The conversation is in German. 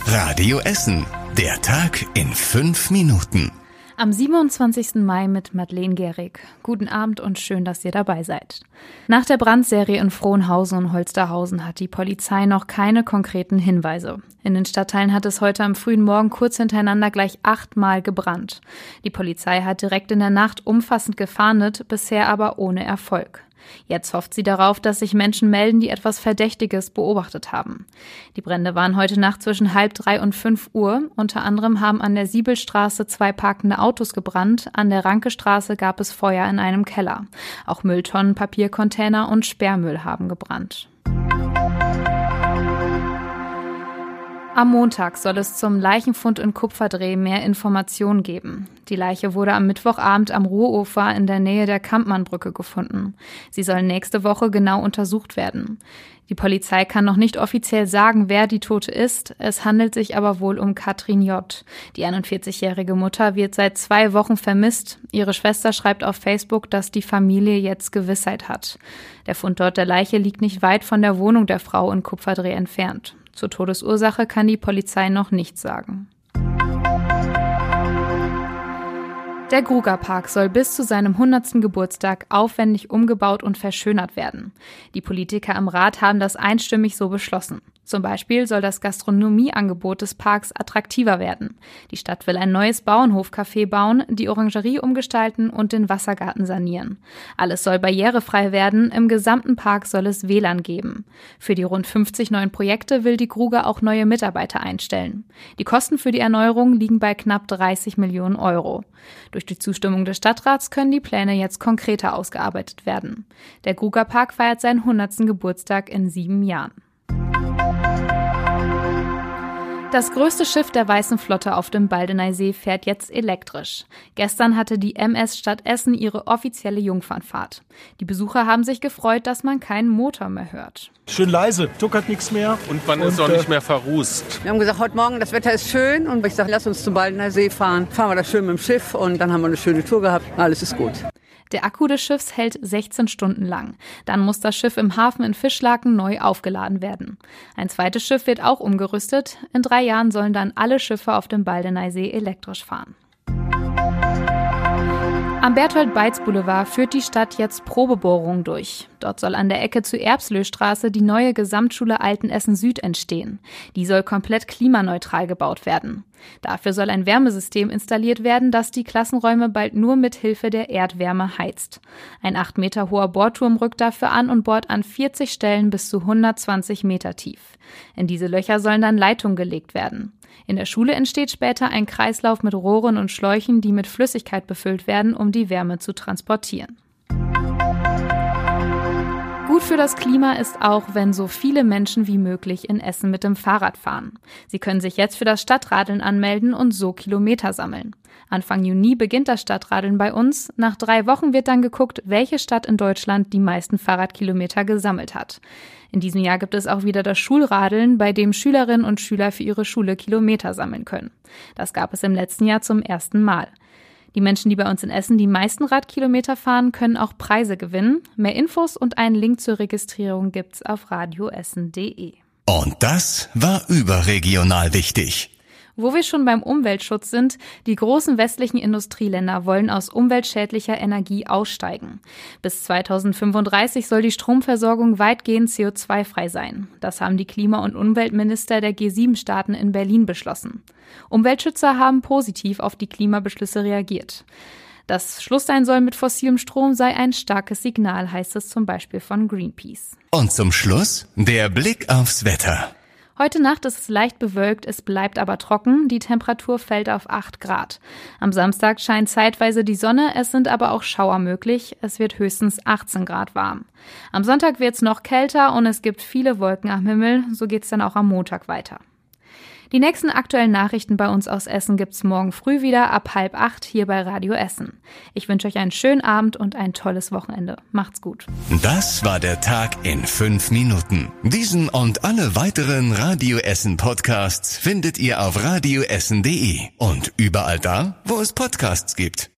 Radio Essen. Der Tag in 5 Minuten. Am 27. Mai mit Madeleine Gehrig. Guten Abend und schön, dass ihr dabei seid. Nach der Brandserie in Frohnhausen und Holsterhausen hat die Polizei noch keine konkreten Hinweise. In den Stadtteilen hat es heute am frühen Morgen kurz hintereinander gleich 8-mal gebrannt. Die Polizei hat direkt in der Nacht umfassend gefahndet, bisher aber ohne Erfolg. Jetzt hofft sie darauf, dass sich Menschen melden, die etwas Verdächtiges beobachtet haben. Die Brände waren heute Nacht zwischen 2:30 und 5 Uhr. Unter anderem haben an der Siebelstraße 2 parkende Autos gebrannt. An der Rankestraße gab es Feuer in einem Keller. Auch Mülltonnen, Papiercontainer und Sperrmüll haben gebrannt. Am Montag soll es zum Leichenfund in Kupferdreh mehr Informationen geben. Die Leiche wurde am Mittwochabend am Ruhrufer in der Nähe der Kampmannbrücke gefunden. Sie soll nächste Woche genau untersucht werden. Die Polizei kann noch nicht offiziell sagen, wer die Tote ist. Es handelt sich aber wohl um Katrin J. Die 41-jährige Mutter wird seit 2 Wochen vermisst. Ihre Schwester schreibt auf Facebook, dass die Familie jetzt Gewissheit hat. Der Fundort der Leiche liegt nicht weit von der Wohnung der Frau in Kupferdreh entfernt. Zur Todesursache kann die Polizei noch nichts sagen. Der Grugapark soll bis zu seinem 100. Geburtstag aufwendig umgebaut und verschönert werden. Die Politiker im Rat haben das einstimmig so beschlossen. Zum Beispiel soll das Gastronomieangebot des Parks attraktiver werden. Die Stadt will ein neues Bauernhofcafé bauen, die Orangerie umgestalten und den Wassergarten sanieren. Alles soll barrierefrei werden, im gesamten Park soll es WLAN geben. Für die rund 50 neuen Projekte will die Gruga auch neue Mitarbeiter einstellen. Die Kosten für die Erneuerung liegen bei knapp 30 Millionen Euro. Durch die Zustimmung des Stadtrats können die Pläne jetzt konkreter ausgearbeitet werden. Der Grugapark feiert seinen 100. Geburtstag in 7 Jahren. Das größte Schiff der Weißen Flotte auf dem Baldeneysee fährt jetzt elektrisch. Gestern hatte die MS Stadt Essen ihre offizielle Jungfernfahrt. Die Besucher haben sich gefreut, dass man keinen Motor mehr hört. Schön leise, tuckert nichts mehr. Und man ist auch nicht mehr verrußt. Wir haben gesagt, heute Morgen, das Wetter ist schön. Und ich sage, lass uns zum Baldeneysee fahren. Fahren wir da schön mit dem Schiff und dann haben wir eine schöne Tour gehabt. Alles ist gut. Der Akku des Schiffs hält 16 Stunden lang. Dann muss das Schiff im Hafen in Fischlaken neu aufgeladen werden. Ein zweites Schiff wird auch umgerüstet. In 3 Jahren sollen dann alle Schiffe auf dem Baldeneysee elektrisch fahren. Am Berthold-Beitz-Boulevard führt die Stadt jetzt Probebohrungen durch. Dort soll an der Ecke zur Erbslöstraße die neue Gesamtschule Altenessen Süd entstehen. Die soll komplett klimaneutral gebaut werden. Dafür soll ein Wärmesystem installiert werden, das die Klassenräume bald nur mit Hilfe der Erdwärme heizt. Ein 8 Meter hoher Bohrturm rückt dafür an und bohrt an 40 Stellen bis zu 120 Meter tief. In diese Löcher sollen dann Leitungen gelegt werden. In der Schule entsteht später ein Kreislauf mit Rohren und Schläuchen, die mit Flüssigkeit befüllt werden, um die Wärme zu transportieren. Gut für das Klima ist auch, wenn so viele Menschen wie möglich in Essen mit dem Fahrrad fahren. Sie können sich jetzt für das Stadtradeln anmelden und so Kilometer sammeln. Anfang Juni beginnt das Stadtradeln bei uns. Nach 3 Wochen wird dann geguckt, welche Stadt in Deutschland die meisten Fahrradkilometer gesammelt hat. In diesem Jahr gibt es auch wieder das Schulradeln, bei dem Schülerinnen und Schüler für ihre Schule Kilometer sammeln können. Das gab es im letzten Jahr zum ersten Mal. Die Menschen, die bei uns in Essen die meisten Radkilometer fahren, können auch Preise gewinnen. Mehr Infos und einen Link zur Registrierung gibt's auf radioessen.de. Und das war überregional wichtig. Wo wir schon beim Umweltschutz sind, die großen westlichen Industrieländer wollen aus umweltschädlicher Energie aussteigen. Bis 2035 soll die Stromversorgung weitgehend CO2-frei sein. Das haben die Klima- und Umweltminister der G7-Staaten in Berlin beschlossen. Umweltschützer haben positiv auf die Klimabeschlüsse reagiert. Dass Schluss sein soll mit fossilem Strom sei ein starkes Signal, heißt es zum Beispiel von Greenpeace. Und zum Schluss der Blick aufs Wetter. Heute Nacht ist es leicht bewölkt, es bleibt aber trocken, die Temperatur fällt auf 8 Grad. Am Samstag scheint zeitweise die Sonne, es sind aber auch Schauer möglich, es wird höchstens 18 Grad warm. Am Sonntag wird es noch kälter und es gibt viele Wolken am Himmel, so geht's dann auch am Montag weiter. Die nächsten aktuellen Nachrichten bei uns aus Essen gibt's morgen früh wieder ab 7:30 hier bei Radio Essen. Ich wünsche euch einen schönen Abend und ein tolles Wochenende. Macht's gut. Das war der Tag in 5 Minuten. Diesen und alle weiteren Radio Essen Podcasts findet ihr auf radioessen.de und überall da, wo es Podcasts gibt.